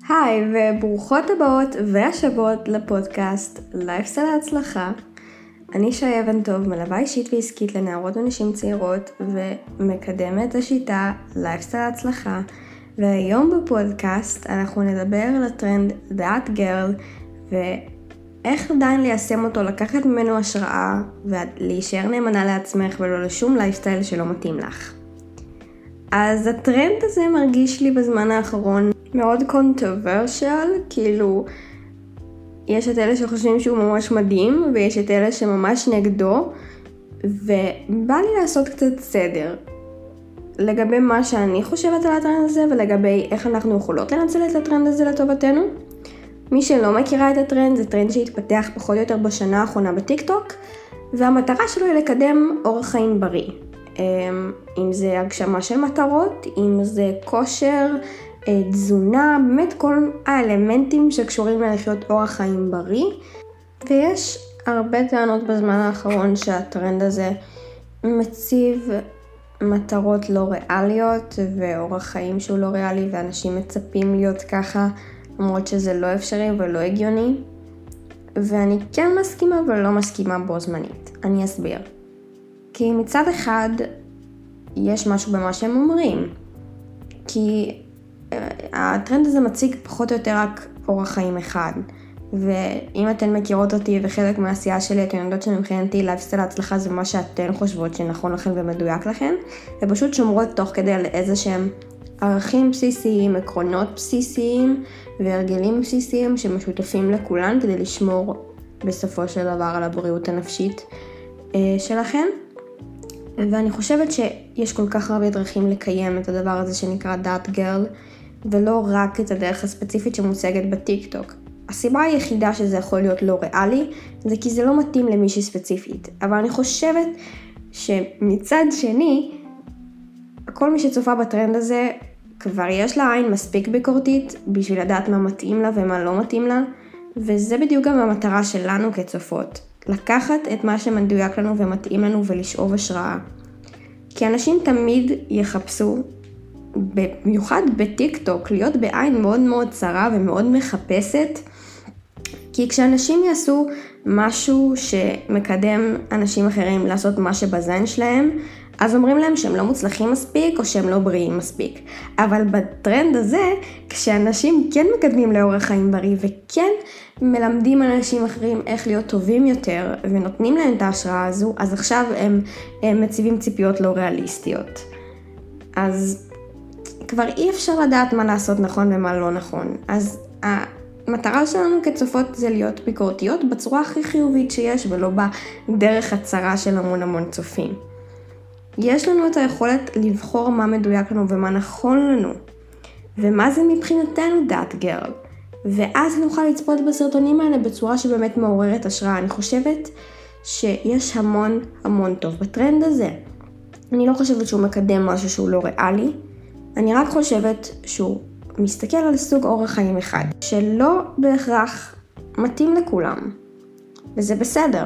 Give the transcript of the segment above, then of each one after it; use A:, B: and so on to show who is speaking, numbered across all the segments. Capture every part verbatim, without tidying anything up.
A: היי וברוכות הבאות והשבות לפודקאסט לייפסטייל ההצלחה. אני שי אבן טוב, מלווה אישית ועסקית לנערות ונשים צעירות ומקדמת השיטה לייפסטייל ההצלחה. והיום בפודקאסט אנחנו נדבר על הטרנד That Girl ואיך עדיין ליישם אותו, לקחת ממנו השראה ולהישאר נאמנה לעצמך ולא לשום לייפסטייל שלא מתאים לך. אז הטרנד הזה מרגיש לי בזמן האחרון מאוד קונטרוברשיאל, כאילו יש את אלה שחושבים שהוא ממש מדהים ויש את אלה שממש נגדו, ובא לי לעשות קצת סדר לגבי מה שאני חושבת על הטרנד הזה ולגבי איך אנחנו יכולות לנצל את הטרנד הזה לטובתנו. מי שלא מכירה את הטרנד, זה טרנד שהתפתח פחות או יותר בשנה האחרונה בטיק-טוק, והמטרה שלו היא לקדם אורח חיים בריא. אם זה הגשמה של מטרות, אם זה כושר, תזונה, באמת כל האלמנטים שקשורים ללחיות אורח חיים בריא. ויש הרבה טענות בזמן האחרון שהטרנד הזה מציב מטרות לא ריאליות ואורח חיים שהוא לא ריאלי, ואנשים מצפים להיות ככה למרות שזה לא אפשרי ולא הגיוני. ואני כן מסכימה ולא מסכימה בו זמנית. אני אסביר. כי מצד אחד יש משהו במה שהם אומרים, כי הטרנד הזה מציג פחות או יותר רק אורח חיים אחד, ואם אתן מכירות אותי וחלק מהעשייה שלי, אתן יודעות שמבחינתי לייפסטייל ההצלחה זה מה שאתן חושבות שנכון לכן ומדויק לכן, ופשוט שומרות תוך כדי על איזה שהם ערכים בסיסיים, עקרונות בסיסיים והרגלים בסיסיים שמשותפים לכולן כדי לשמור בסופו של דבר על הבריאות הנפשית שלכן. ואני חושבת שיש כל כך הרבה דרכים לקיים את הדבר הזה שנקרא That Girl, ולא רק את הדרך הספציפית שמוצגת בטיק-טוק. הסיבה היחידה שזה יכול להיות לא ריאלי, זה כי זה לא מתאים למישהי ספציפית. אבל אני חושבת שמצד שני, כל מי שצופה בטרנד הזה, כבר יש לה עין מספיק ביקורתית, בשביל לדעת מה מתאים לה ומה לא מתאים לה, וזה בדיוק גם המטרה שלנו כצופות. לקחת את מה שמדויק לנו ומתאים לנו ולשאוב השראה. כי אנשים תמיד יחפשו, במיוחד בטיק-טוק, להיות בעין מאוד מאוד צרה ומאוד מחפשת. כי כשאנשים יעשו משהו שמקדם אנשים אחרים לעשות מה שבזין שלהם, אז אומרים להם שהם לא מוצלחים מספיק או שהם לא בריאים מספיק. אבל בטרנד הזה, כשאנשים כן מקדמים לאורח חיים בריא וכן מלמדים אנשים אחרים איך להיות טובים יותר ונותנים להם את ההשראה הזו, אז עכשיו הם, הם מציבים ציפיות לא ריאליסטיות. אז כבר אי אפשר לדעת מה לעשות נכון ומה לא נכון. אז המטרה שלנו כצופות זה להיות ביקורתיות בצורה הכי חיובית שיש, ולא בדרך הצרה של המון המון צופים. יש לנו את היכולת לבחור מה מדויק לנו ומה נכון לנו, ומה זה מבחינתנו That Girl, ואז נוכל לצפות בסרטונים האלה בצורה שבאמת מעוררת השראה. אני חושבת שיש המון המון טוב בטרנד הזה. אני לא חושבת שהוא מקדם משהו שהוא לא ריאלי, אני רק חושבת שהוא מסתכל על סוג אורח חיים אחד, שלא בהכרח מתאים לכולם, וזה בסדר.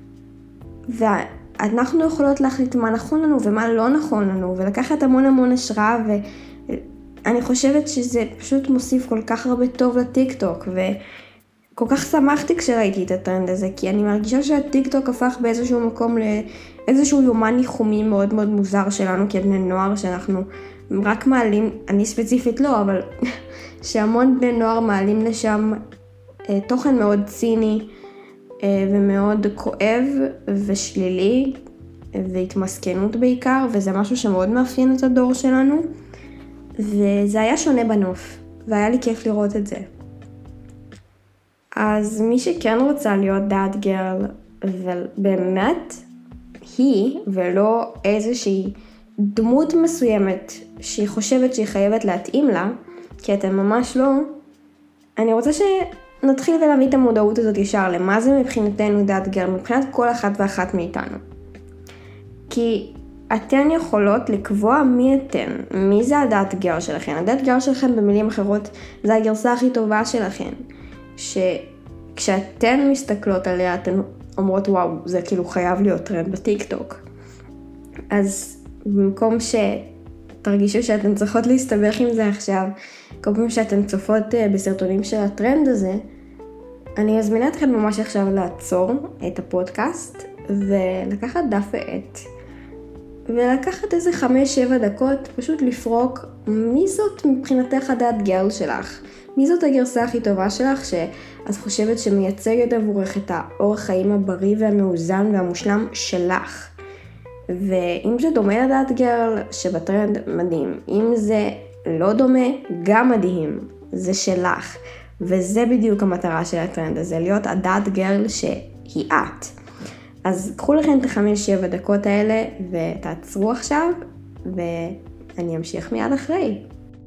A: ואנחנו יכולות להחליט מה נכון לנו ומה לא נכון לנו, ולקחת המון המון השראה, ואני חושבת שזה פשוט מוסיף כל כך הרבה טוב לטיק-טוק, וכל כך שמחתי כשראיתי את הטרנד הזה, כי אני מרגישה שהטיק-טוק הפך באיזשהו מקום לאיזשהו יומן ניחומי מאוד מאוד מוזר שלנו כבני נוער, שאנחנו רק מעלים, אני ספציפית לא, אבל שהמון בני נוער מעלים לשם אה, תוכן מאוד ציני אה, ומאוד כואב ושלילי והתמסכנות בעיקר, וזה משהו שמאוד מאפיין את הדור שלנו, וזה היה שונה בנוף, והיה לי כיף לראות את זה. אז מי שכן רוצה להיות That Girl, ובאמת היא ולא איזושהי דמות מסוימת שהיא חושבת שהיא חייבת להתאים לה, כי אתם ממש לא, אני רוצה שנתחיל ולהביא את המודעות הזאת ישר למה זה מבחינתנו That Girl, מבחינת כל אחת ואחת מאיתנו. כי אתן יכולות לקבוע מי אתן, מי זה ה-That Girl שלכם. ה-That Girl שלכם במילים אחרות זה הגרסה הכי טובה שלכם, שכשאתן מסתכלות עליה אתן אומרות וואו, זה כאילו חייב להיות טרנד בטיק טוק. אז במקום תרגישו שאתן צריכות להסתבך עם זה עכשיו, כל פעם שאתן צופות בסרטונים של הטרנד הזה, אני מזמינה אתכם ממש עכשיו לעצור את הפודקאסט ולקחת דף ועט ולקחת איזה חמש שבע דקות פשוט לפרוק מי זאת מבחינתך הדעת גרל שלך, מי זאת הגרסה הכי טובה שלך שאת חושבת שמייצגת עבורך את האורח חיים הבריא והמאוזן והמושלם שלך. ואם זה דומה לדעת גרל שבטרנד, מדהים. אם זה לא דומה, גם מדהים. זה שלך. וזה בדיוק המטרה של הטרנד הזה, להיות הדעת גרל שהיא את. אז קחו לכם את החמש שבע דקות האלה ותעצרו עכשיו, ואני אמשיך מיד אחרי.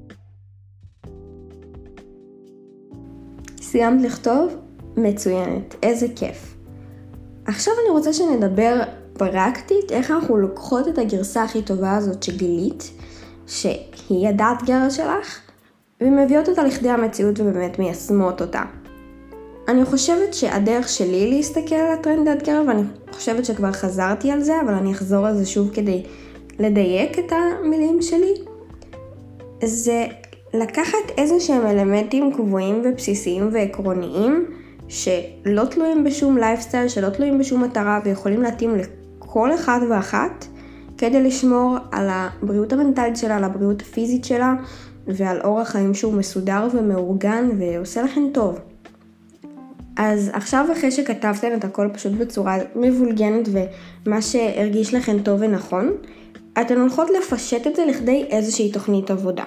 A: סיימת לכתוב? מצוינת. איזה כיף. עכשיו אני רוצה שנדבר פרקטית איך אנחנו לוקחות את הגרסה הכי טובה הזאת שגילית, שהיא הדעת גרל שלך, ומביאות אותה לכדי המציאות ובאמת מיישמות אותה. אני חושבת שהדרך שלי להסתכל על הטרנד דעת גרל, ואני חושבת שכבר חזרתי על זה, אבל אני אחזור על זה שוב כדי לדייק את המילים שלי, זה לקחת איזה שהם אלמנטים קבועים ובסיסיים ועקרוניים, שלא תלויים בשום לייפסטייל, שלא תלויים בשום מטרה, ויכולים להתאים לכל אחד ואחת, כדי לשמור על הבריאות המנטלית שלה, על הבריאות הפיזית שלה, ועל אורח חיים שהוא מסודר ומאורגן ועושה לכם טוב. אז עכשיו אחרי שכתבתם את הכל פשוט בצורה מבולגנת ומה שהרגיש לכם טוב ונכון, אתן הולכות לפשט את זה לכדי איזושהי תוכנית עבודה.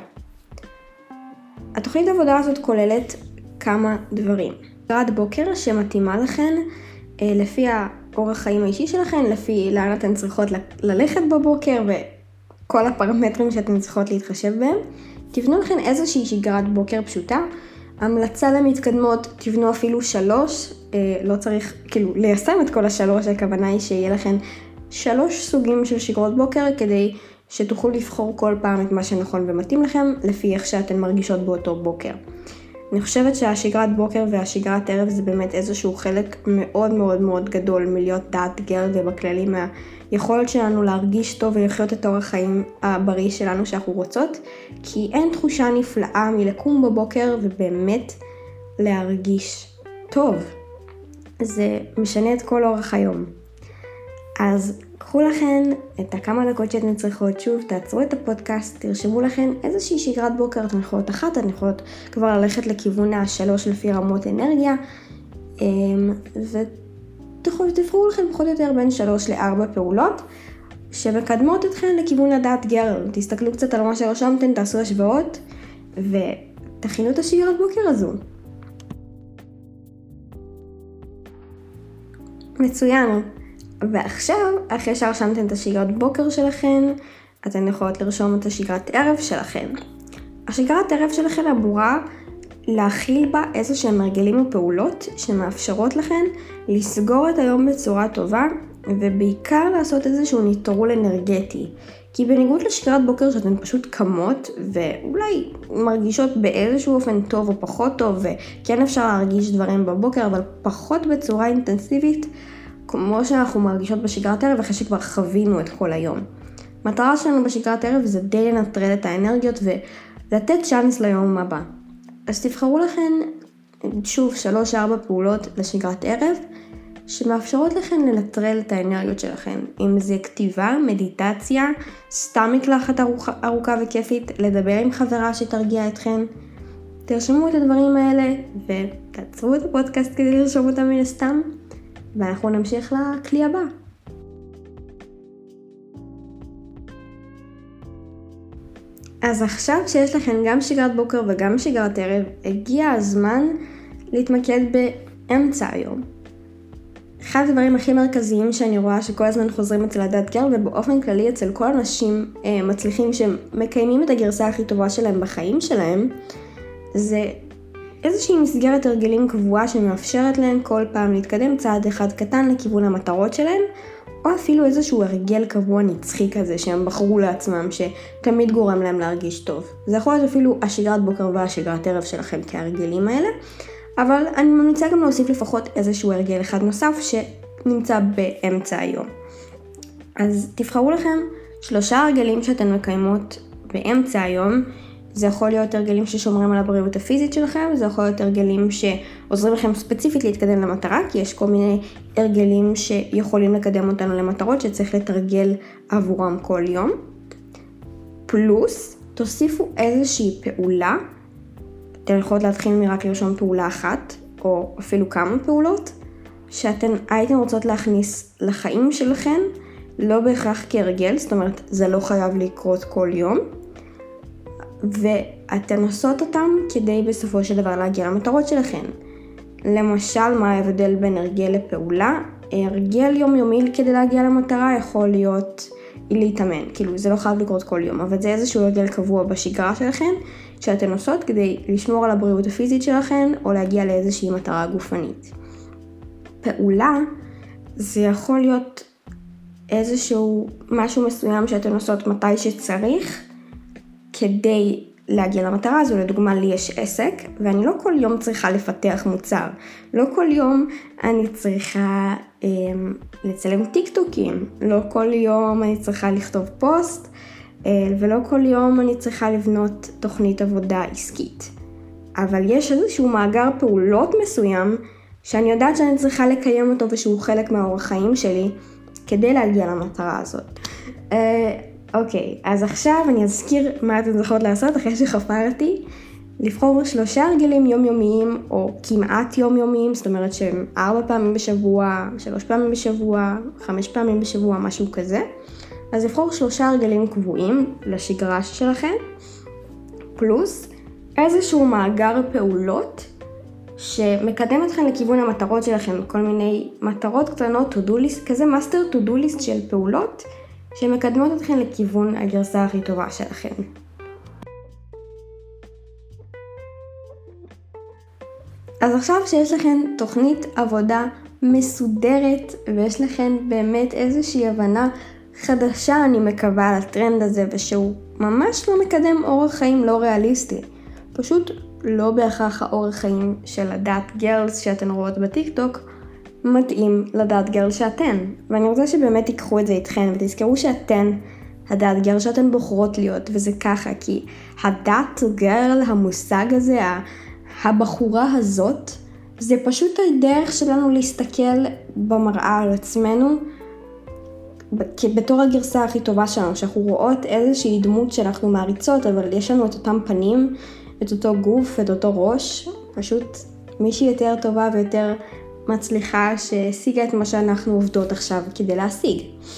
A: התוכנית העבודה הזאת כוללת כמה דברים. סדרת בוקר שמתאימה לכן לפי האורח חיים האישי שלכן, לפי לאן אתן צריכות ללכת בבוקר וכל הפרמטרים שאתן צריכות להתחשב בהם. תבנו לכן איזושהי שגרת בוקר פשוטה. המלצה למתקדמות, תבנו אפילו שלוש, לא צריך כאילו ליישם את כל השלוש, הכוונה היא שיהיה לכן שלוש סוגים של שגרות בוקר כדי שתוכלו לבחור כל פעם את מה שנכון ומתאים לכם לפי איך שאתן מרגישות באותו בוקר. אני חושבת שהשגרת בוקר והשגרת ערב זה באמת איזשהו חלק מאוד מאוד מאוד גדול מלהיות דעת גרל, ובכללי מהיכולת שלנו להרגיש טוב ולחיות את אורח החיים הבריא שלנו שאנחנו רוצות, כי אין תחושה נפלאה מלקום בבוקר ובאמת להרגיש טוב. זה משנה את כל אורח היום. אז קחו לכן את הכמה דקות שאתן צריכות, שוב תעצרו את הפודקאסט, תרשמו לכן איזושהי שגרת בוקר, אתן יכולות אחת, אתן יכולות כבר ללכת לכיוון השלוש לפי רמות אנרגיה, ותבחרו לכן פחות או יותר בין שלוש לארבע פעולות שמקדמות אתכן לכיוון הדעת גרל. תסתכלו קצת על מה שרשמתן, תעשו השוואות ותכינו את השגרת בוקר הזו. מצוין. ועכשיו, אחרי שרשמתם את השגרת בוקר שלכם, אתן יכולות לרשום את השגרת ערב שלכם. השגרת ערב שלכם אמורה להכיל בה איזה שהם הרגלים ופעולות שמאפשרות לכם לסגור את היום בצורה טובה, ובעיקר לעשות איזשהו ניטרול אנרגטי. כי בניגוד לשגרת בוקר שאתן פשוט קמות ואולי מרגישות באיזשהו אופן טוב או פחות טוב, וכן אפשר להרגיש דברים בבוקר, אבל פחות בצורה אינטנסיבית, כמו שאנחנו מרגישות בשגרת ערב אחרי שכבר חווינו את כל היום. מטרה שלנו בשגרת ערב זה די לנטרל את האנרגיות ולתת צ'אנס ליום הבא. אז תבחרו לכן שוב שלוש ארבע פעולות לשגרת ערב שמאפשרות לכן לנטרל את האנרגיות שלכן. אם זה כתיבה, מדיטציה, סתם מקלחת ארוכה, ארוכה וכיפית, לדבר עם חברה שתרגיע אתכן. תרשמו את הדברים האלה ותעצרו את הפודקאסט כדי לרשום אותם מן הסתם. ואנחנו נמשיך לכלי הבא. אז עכשיו שיש לכם גם שגרת בוקר וגם שגרת ערב, הגיע הזמן להתמקד באמצע היום. אחד הדברים הכי מרכזיים שאני רואה שכל הזמן חוזרים אצל הדעת גרל, ובאופן כללי אצל כל אנשים אה, מצליחים שמקיימים את הגרסה הכי טובה שלהם בחיים שלהם, זה איזושהי מסגרת הרגלים קבועה שמאפשרת להם כל פעם להתקדם צעד אחד קטן לכיוון המטרות שלהם, או אפילו איזשהו הרגל קבוע נצחי כזה שהם בחרו לעצמם, שתמיד גורם להם להרגיש טוב. זה יכול להיות אפילו השגרת בוקר והשגרת ערב שלכם כהרגלים האלה, אבל אני ממליצה גם להוסיף לפחות איזשהו הרגל אחד נוסף שנמצא באמצע היום. אז תבחרו לכם שלושה הרגלים שאתן מקיימות באמצע היום. זה יכול להיות הרגלים ששומרים על הבריאות הפיזית שלכם, זה יכול להיות הרגלים שעוזרים לכם ספציפית להתקדם למטרה, כי יש כל מיני הרגלים שיכולים לקדם אותנו למטרות שצריך לתרגל עבורם כל יום. פלוס, תוסיפו איזושהי פעולה, אתם יכולות להתחיל מרק לרשום פעולה אחת, או אפילו כמה פעולות, שאתן הייתן רוצות להכניס לחיים שלכם, לא בהכרח כהרגל, זאת אומרת, זה לא חייב לקרות כל יום, ואתן עושות אותם כדי בסופו של דבר להגיע למטרות שלכם. למשל, מה ההבדל בין הרגל לפעולה? הרגל יומיומי כדי להגיע למטרה יכול להיות להתאמן, כאילו זה לא חייב לקרות כל יום, אבל זה איזשהו הרגל קבוע בשגרה שלכם, שאתן עושות כדי לשמור על הבריאות הפיזית שלכם, או להגיע לאיזושהי מטרה גופנית. פעולה, זה יכול להיות איזשהו משהו מסוים שאתן עושות מתי שצריך, כדי להגיע למטרה הזו. לדוגמה, לי יש עסק, ואני לא כל יום צריכה לפתח מוצר. לא כל יום אני צריכה אה, לצלם טיקטוקים. לא כל יום אני צריכה לכתוב פוסט, אה, ולא כל יום אני צריכה לבנות תוכנית עבודה עסקית. אבל יש איזשהו מאגר פעולות מסוים, שאני יודעת שאני צריכה לקיים אותו, ושהוא חלק מהאורח חיים שלי, כדי להגיע למטרה הזאת. אה, אוקיי, אז עכשיו אני אזכיר מה אתן צריכות לעשות אחרי שחפרתי. לבחור שלושה הרגלים יומיומיים או כמעט יומיומיים, זאת אומרת שהם ארבע פעמים בשבוע, שלוש פעמים בשבוע, חמש פעמים בשבוע, משהו כזה. אז לבחור שלושה הרגלים קבועים לשגרה שלכם, פלוס איזשהו מאגר פעולות שמקדם אתכם לכיוון המטרות שלכם, כל מיני מטרות קטנות, to-do list, כזה master to-do list של פעולות, שמקדמות אתכם לכיוון הגרסה הכי טובה שלכם. אז עכשיו שיש לכם תוכנית עבודה מסודרת, ויש לכם באמת איזושהי הבנה חדשה, אני מקווה, על הטרנד הזה, ושהוא ממש לא מקדם אורח חיים לא ריאליסטי. פשוט לא בהכרח האורח חיים של הדעת גרלס שאתן רואות בטיקטוק, מתאים לדעת גרל שאתן. ואני רוצה שבאמת תיקחו את זה איתכן, ותזכרו שאתן הדעת גרל שאתן בוחרות להיות, וזה ככה, כי הדעת גרל, המושג הזה, הבחורה הזאת, זה פשוט הדרך שלנו להסתכל במראה על עצמנו, בתור הגרסה הכי טובה שלנו, שאנחנו רואות איזושהי דמות שאנחנו מעריצות, אבל יש לנו את אותם פנים, את אותו גוף, את אותו ראש, פשוט מישהי יותר טובה ויותר מצליחה שהשיגה את מה שאנחנו עובדות עכשיו כדי להשיג.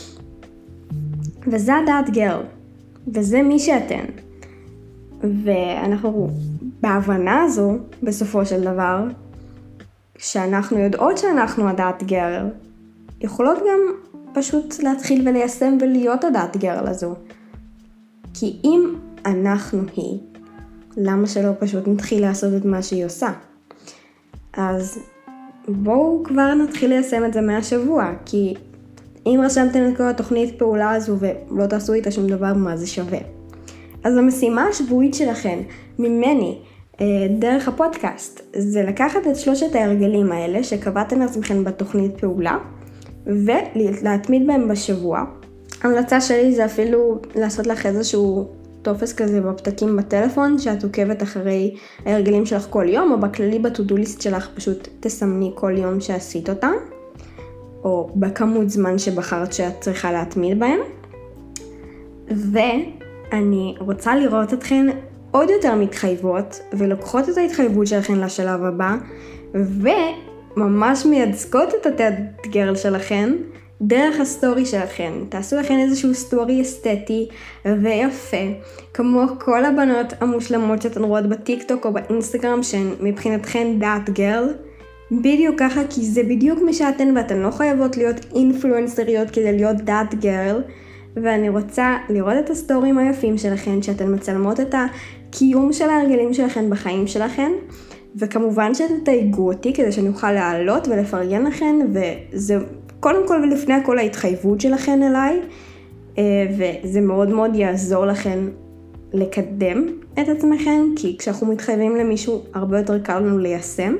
A: וזה הדעת גרל, וזה מי שאתן. ואנחנו בהבנה הזו, בסופו של דבר, שאנחנו יודעות שאנחנו הדעת גרל, יכולות גם פשוט להתחיל וליישם ולהיות הדעת גרל הזו. כי אם אנחנו היא, למה שלא פשוט נתחיל לעשות את מה שהיא עושה? אז בואו כבר נתחיל ליישם את זה מהשבוע, כי אם רשמתם את כל התוכנית פעולה הזו ולא תעשו איתה שום דבר, מה זה שווה? אז המשימה השבועית שלכם, ממני, דרך הפודקאסט, זה לקחת את שלושת ההרגלים האלה שקבעתם לעצמכם בתוכנית פעולה, ולהתמיד בהם בשבוע. ההמלצה שלי זה אפילו לעשות לך איזשהו טופס כזה בפתקים בטלפון, שאת עוקבת אחרי ההרגלים שלך כל יום, או בכללי בטודו ליסט שלך פשוט תסמני כל יום שעשית אותם, או בכמות זמן שבחרת שאת צריכה להתמיד בהם. ואני רוצה לראות אתכן עוד יותר מתחייבות, ולוקחות את ההתחייבות שלכן לשלב הבא, וממש מייצגות את התאתגר שלכן, דרך הסטורי שלכן. תעשו לכן איזשהו סטורי אסתטי ויפה, כמו כל הבנות המושלמות שאתן רואות בטיקטוק או באינסטגרם, שהן מבחינתכן דעת גרל, בדיוק ככה, כי זה בדיוק מי שאתן, ואתן לא חייבות להיות אינפלואנסריות כדי להיות דעת גרל. ואני רוצה לראות את הסטורים היפים שלכן, שאתן מצלמות את הקיום של ההרגלים שלכן בחיים שלכן, וכמובן שאתן תייגו אותי כדי שאני אוכל לעלות ולפרגן לכן, וזה קודם כל ולפני הכל ההתחייבות שלכן אליי, וזה מאוד מאוד יעזור לכן לקדם את עצמכן, כי כשאנחנו מתחייבים למישהו הרבה יותר קל לנו ליישם,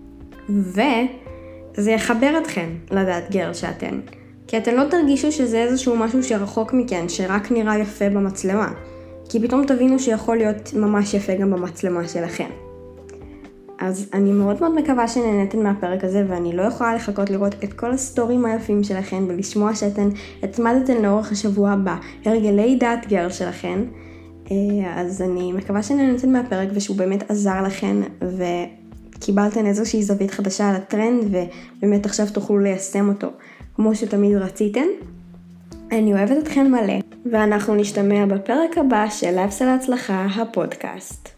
A: וזה יחבר אתכן לדעת גר שאתן. כי אתן לא תרגישו שזה איזשהו משהו שרחוק מכן, שרק נראה יפה במצלמה. כי פתאום תבינו שיכול להיות ממש יפה גם במצלמה שלכם. אז אני מאוד מאוד מקווה שנהנתן מהפרק הזה, ואני לא יכולה לחכות לראות את כל הסטורים היפים שלכם, ולשמוע שאתן התמדתן לאורך השבוע בהרגלי דעת גר שלכם. אז אני מקווה שנהנתן מהפרק, ושהוא באמת עזר לכן, וקיבלתן איזושהי זווית חדשה על הטרנד, ובאמת עכשיו תוכלו ליישם אותו כמו שתמיד רציתן. אני אוהבת אתכן מלא, ואנחנו נשתמע בפרק הבא של לייפסטייל להצלחה, הפודקאסט.